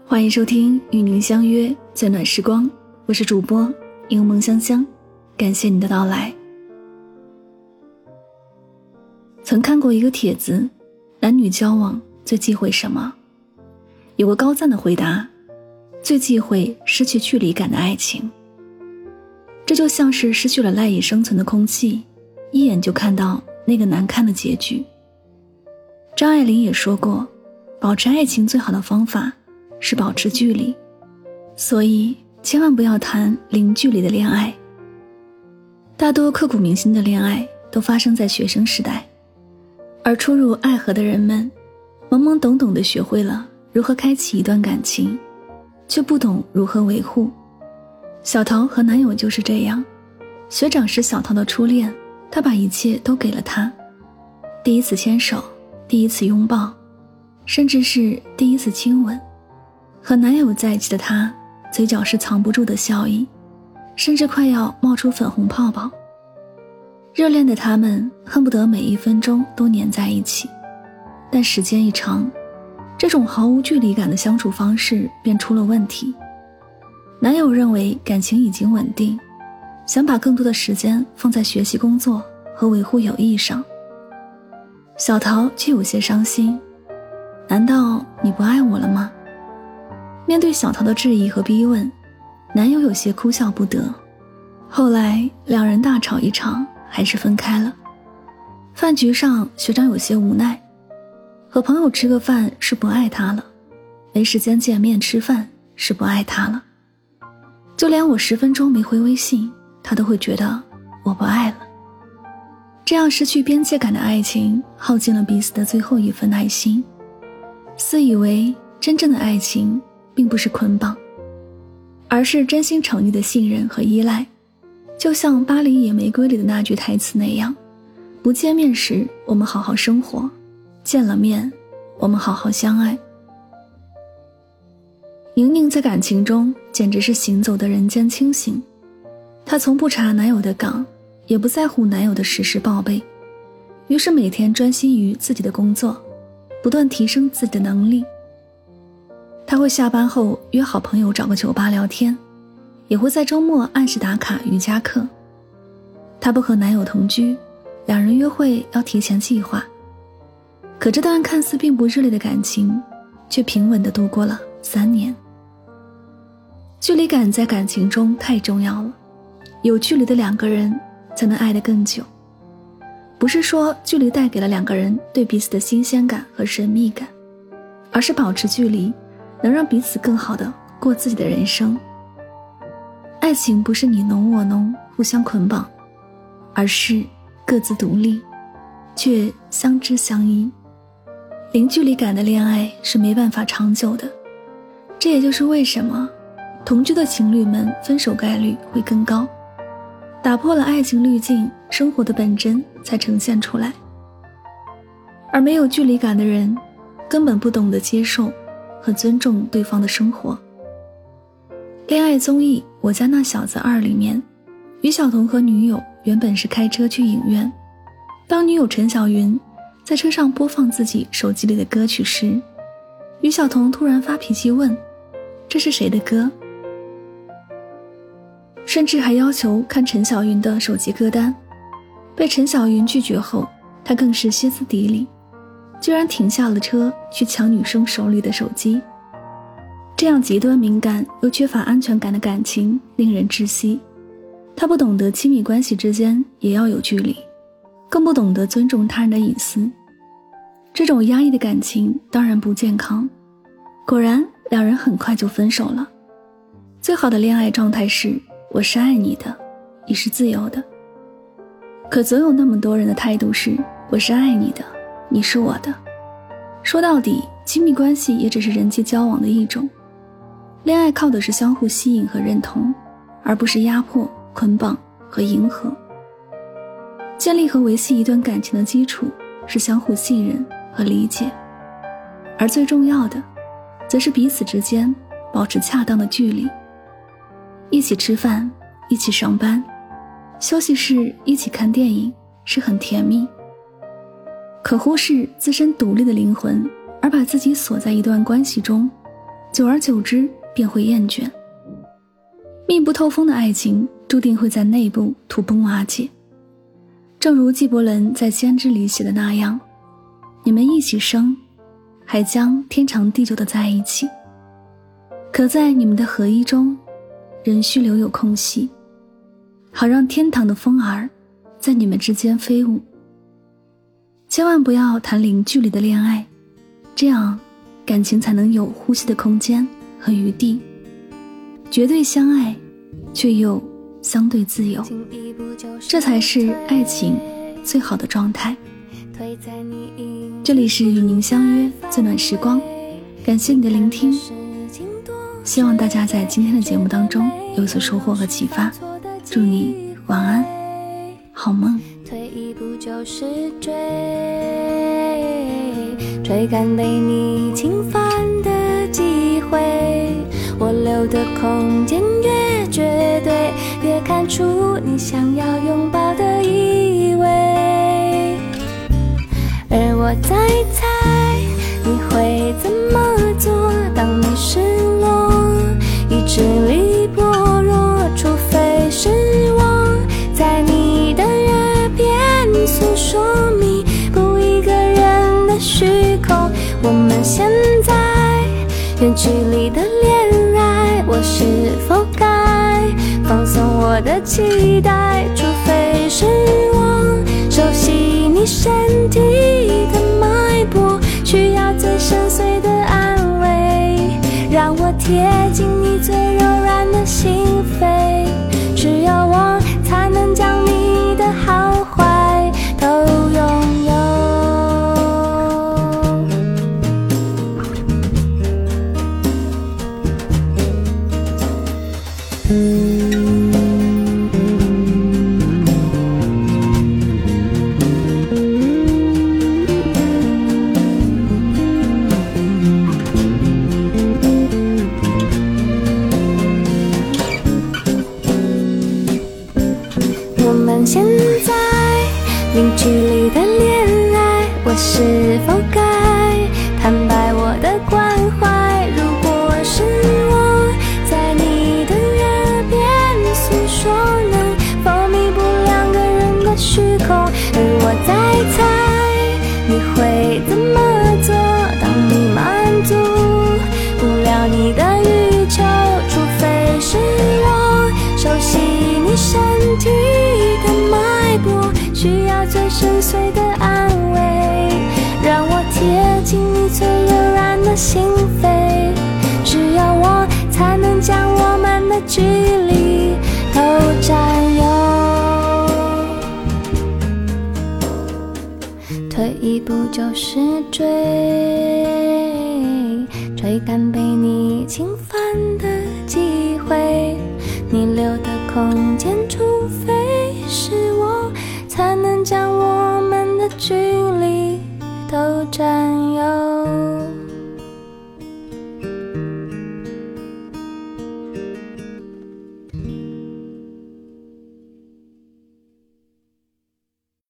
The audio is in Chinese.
欢迎收听与您相约最暖时光，我是主播柠檬香香，感谢你的到来。曾看过一个帖子，男女交往最忌讳什么？有个高赞的回答，最忌讳失去距离感的爱情。这就像是失去了赖以生存的空气，一眼就看到那个难堪的结局。张爱玲也说过，保持爱情最好的方法是保持距离，所以千万不要谈零距离的恋爱。大多刻骨铭心的恋爱都发生在学生时代，而初入爱河的人们懵懵懂懂地学会了如何开启一段感情，却不懂如何维护。小桃和男友就是这样，学长是小桃的初恋，她把一切都给了他，第一次牵手，第一次拥抱，甚至是第一次亲吻。和男友在一起的她，嘴角是藏不住的笑意，甚至快要冒出粉红泡泡。热恋的他们恨不得每一分钟都黏在一起，但时间一长，这种毫无距离感的相处方式便出了问题。男友认为感情已经稳定，想把更多的时间放在学习工作和维护友谊上。小桃却有些伤心，难道你不爱我了吗？面对小桃的质疑和逼问，男友有些哭笑不得。后来两人大吵一场，还是分开了。饭局上，学长有些无奈，和朋友吃个饭是不爱他了，没时间见面吃饭是不爱他了，就连我10分钟没回微信，他都会觉得我不爱了。这样失去边界感的爱情，耗尽了彼此的最后一份耐心，自以为真正的爱情并不是捆绑，而是真心诚意的信任和依赖。就像《巴黎野玫瑰》里的那句台词那样，不见面时我们好好生活，见了面我们好好相爱。宁宁在感情中简直是行走的人间清醒，她从不查男友的岗，也不在乎男友的实时报备，于是每天专心于自己的工作，不断提升自己的能力。她会下班后约好朋友找个酒吧聊天，也会在周末按时打卡瑜伽课。她不和男友同居，两人约会要提前计划。可这段看似并不热烈的感情，却平稳地度过了3年。距离感在感情中太重要了，有距离的两个人才能爱得更久。不是说距离带给了两个人对彼此的新鲜感和神秘感，而是保持距离能让彼此更好地过自己的人生。爱情不是你侬我侬互相捆绑，而是各自独立却相知相依。零距离感的恋爱是没办法长久的，这也就是为什么同居的情侣们分手概率会更高。打破了爱情滤镜，生活的本真才呈现出来。而没有距离感的人根本不懂得接受和尊重对方的生活。恋爱综艺《我家那小子2》里面，于晓彤和女友原本是开车去影院，当女友陈小云在车上播放自己手机里的歌曲时，于晓彤突然发脾气问这是谁的歌，甚至还要求看陈小云的手机歌单。被陈小云拒绝后，他更是歇斯底里，居然停下了车去抢女生手里的手机。这样极端敏感又缺乏安全感的感情令人窒息。他不懂得亲密关系之间也要有距离，更不懂得尊重他人的隐私。这种压抑的感情当然不健康。果然两人很快就分手了。最好的恋爱状态是我是爱你的，你是自由的。可总有那么多人的态度是我是爱你的，你是我的。说到底，亲密关系也只是人际交往的一种。恋爱靠的是相互吸引和认同，而不是压迫、捆绑和迎合。建立和维系一段感情的基础是相互信任和理解，而最重要的则是彼此之间保持恰当的距离。一起吃饭，一起上班，休息室一起看电影是很甜蜜。可忽视自身独立的灵魂，而把自己锁在一段关系中， 久而久之便会厌倦。密不透风的爱情注定会在内部土崩瓦解。正如纪伯伦在《先知》里写的那样，你们一起生，还将天长地久地在一起，可在你们的合一中，仍需留有空隙，好让天堂的风儿在你们之间飞舞。千万不要谈零距离的恋爱，这样感情才能有呼吸的空间和余地。绝对相爱，却又相对自由，这才是爱情最好的状态。这里是与您相约最暖时光，感谢你的聆听，希望大家在今天的节目当中有所收获和启发。祝你晚安，好梦。 退一步就是追赶被你侵犯的机会，我留的空间越绝对，越看出你想要拥抱的意味。而我在猜你会怎么做，当你失落，意志力薄弱，除非是我在你的耳边诉说弥补一个人的虚空。我们现在远距离的恋爱，我是否该放松我的期待？除非是我熟悉你身体的脉搏，需要最深邃的安慰，让我贴近你最柔软的心扉。只有我才能将你的好坏都拥有。我们现在零距离的恋爱，我是否该坦白我的关怀？如果是我在你的耳边诉说，能否弥补两个人的虚空？而我在猜你会怎么做，当你满足不了你的欲求，除非是我熟悉你身体的脉搏，需要最深邃的安慰，让我贴近你最柔软的心扉。只有我才能将我们的距离都占有。退一步就是追赶被你侵犯的机会，你留的空间，除非是我才能将我们的距离都占有。